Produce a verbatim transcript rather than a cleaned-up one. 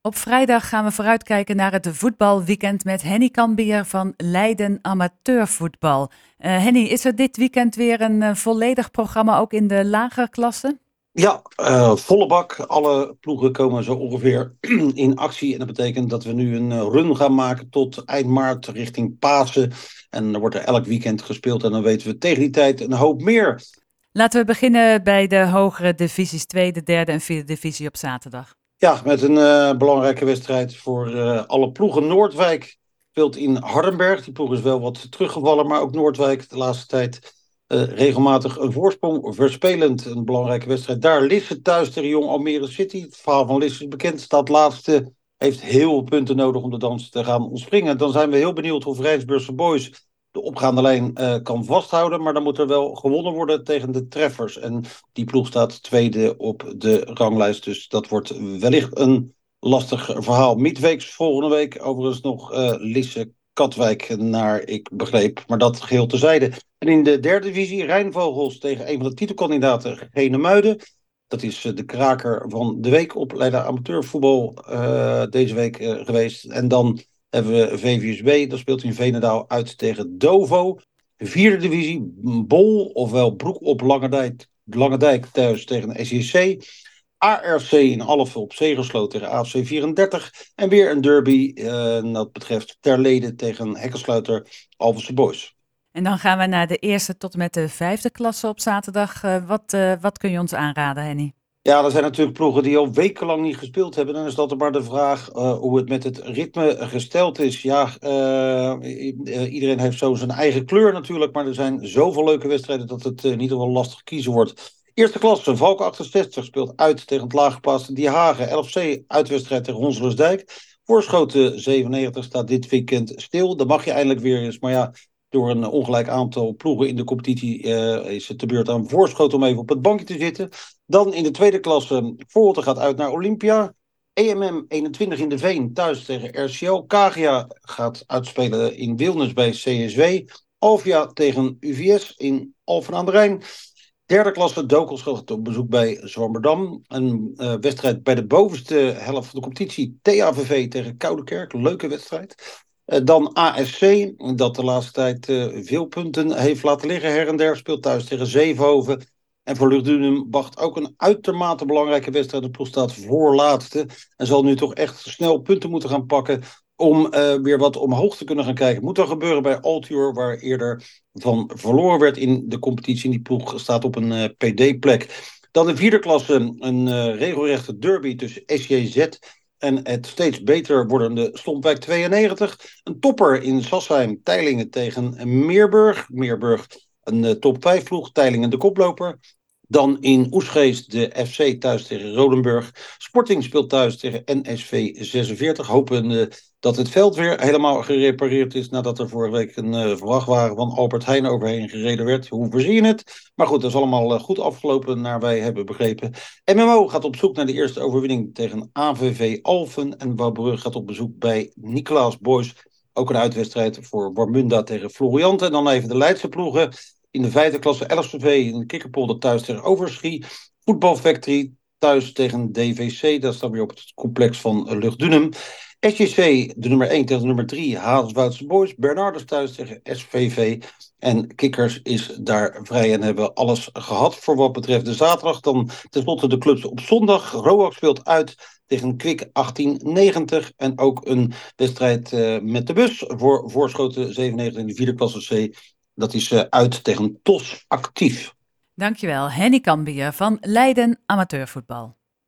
Op vrijdag gaan we vooruitkijken naar het voetbalweekend met Henny Kambier van Leiden Amateurvoetbal. Uh, Henny, is er dit weekend weer een uh, volledig programma ook in de lagere klassen? Ja, uh, volle bak. Alle ploegen komen zo ongeveer in actie. En dat betekent dat we nu een uh, run gaan maken tot eind maart richting Pasen. En dan wordt er elk weekend gespeeld en dan weten we tegen die tijd een hoop meer. Laten we beginnen bij de hogere divisies, tweede, derde en vierde divisie op zaterdag. Ja, met een uh, belangrijke wedstrijd voor uh, alle ploegen. Noordwijk speelt in Hardenberg. Die ploeg is wel wat teruggevallen, maar ook Noordwijk de laatste tijd uh, regelmatig een voorsprong verspelend. Een belangrijke wedstrijd daar. Lisse thuis tegen Jong Almere City. Het verhaal van Lisse is bekend. Staat laatste, heeft heel veel punten nodig om de dans te gaan ontspringen. Dan zijn we heel benieuwd of Rijnsburgse Boys de opgaande lijn uh, kan vasthouden. Maar dan moet er wel gewonnen worden tegen de treffers. En die ploeg staat tweede op de ranglijst. Dus dat wordt wellicht een lastig verhaal. Midweeks volgende week overigens nog uh, Lisse Katwijk naar ik begreep. Maar dat geheel terzijde. En in de derde divisie Rijnvogels tegen een van de titelkandidaten Genemuiden. Dat is uh, de kraker van de week op Leiden Amateurvoetbal uh, deze week uh, geweest. En dan hebben we V V S B, dat speelt in Veenendaal uit tegen Dovo. Vierde divisie, Bol, ofwel Broek op Langendijk, Langendijk thuis tegen S J C. A R C in Alphen op Zegersloot tegen A F C vierendertig. En weer een derby, uh, dat betreft Terlede tegen Hekkensluiter Alphense Boys. En dan gaan we naar de eerste tot en met de vijfde klasse op zaterdag. Uh, wat, uh, wat kun je ons aanraden, Henny? Ja, er zijn natuurlijk ploegen die al wekenlang niet gespeeld hebben. Dan is dat er maar de vraag uh, hoe het met het ritme gesteld is. Ja, uh, iedereen heeft zo zijn eigen kleur natuurlijk. Maar er zijn zoveel leuke wedstrijden dat het uh, in ieder geval lastig kiezen wordt. Eerste klasse, Valk achtenzestig speelt uit tegen het laaggeplaatste Die Hagen. L F C uitwedstrijd tegen Honselersdijk. Voorschoten zevenennegentig staat dit weekend stil. Dan mag je eindelijk weer eens, maar ja, door een ongelijk aantal ploegen in de competitie uh, is het de beurt aan Voorschoten om even op het bankje te zitten. Dan in de tweede klasse, Volte gaat uit naar Olympia. E M M eenentwintig in de Veen thuis tegen R C L. Kagia gaat uitspelen in Wilnis bij C S W. Alvia tegen U V S in Alphen aan de Rijn. Derde klasse, Dokels gaat op bezoek bij Zwammerdam. Een uh, wedstrijd bij de bovenste helft van de competitie. T A V V tegen Koudekerk, leuke wedstrijd. Uh, dan A S C, dat de laatste tijd uh, veel punten heeft laten liggen her en der. Speelt thuis tegen Zevenhoven. En voor Luchtdunum wacht ook een uitermate belangrijke wedstrijd. De ploeg staat voorlaatste. En zal nu toch echt snel punten moeten gaan pakken om uh, weer wat omhoog te kunnen gaan kijken. Moet dan gebeuren bij Altior, waar eerder van verloren werd in de competitie. En die ploeg staat op een uh, P D-plek. Dan de vierde klasse, een uh, regelrechte derby tussen S J Z en het steeds beter wordende Stompwijk tweeënnegentig. Een topper in Sassheim, Teylingen tegen Meerburg. Meerburg, een uh, top vijf ploeg, Teylingen de koploper. Dan in Oesgeest de F C thuis tegen Rodenburg. Sporting speelt thuis tegen N S V zesenveertig. Hopen uh, dat het veld weer helemaal gerepareerd is nadat er vorige week een uh, vrachtwagen van Albert Heijn overheen gereden werd. Hoe verzin je het? Maar goed, dat is allemaal uh, goed afgelopen naar wij hebben begrepen. M M O gaat op zoek naar de eerste overwinning tegen A V V Alphen. En Wouwbrug gaat op bezoek bij Nicolaas Boys. Ook een uitwedstrijd voor Warmunda tegen Floriante. En dan even de Leidse ploegen. In de vijfde klasse L S V V in de Kikkerpolder thuis tegen Overschie. Voetbalfactory thuis tegen D V C. Dat staat weer op het complex van Luchtdunum. S J C, de nummer één tegen de nummer drie. Haaswoudse Boys. Bernardus thuis tegen S V V. En Kikkers is daar vrij en hebben alles gehad voor wat betreft de zaterdag. Dan tenslotte de clubs op zondag. Roak speelt uit tegen Kwik achttien negentig. En ook een wedstrijd uh, met de bus voor Voorschoten zevenennegentig in de vierde klasse C. Dat is uh, uit tegen T O S Actief. Dankjewel, Henny Kambier van Leiden Amateurvoetbal.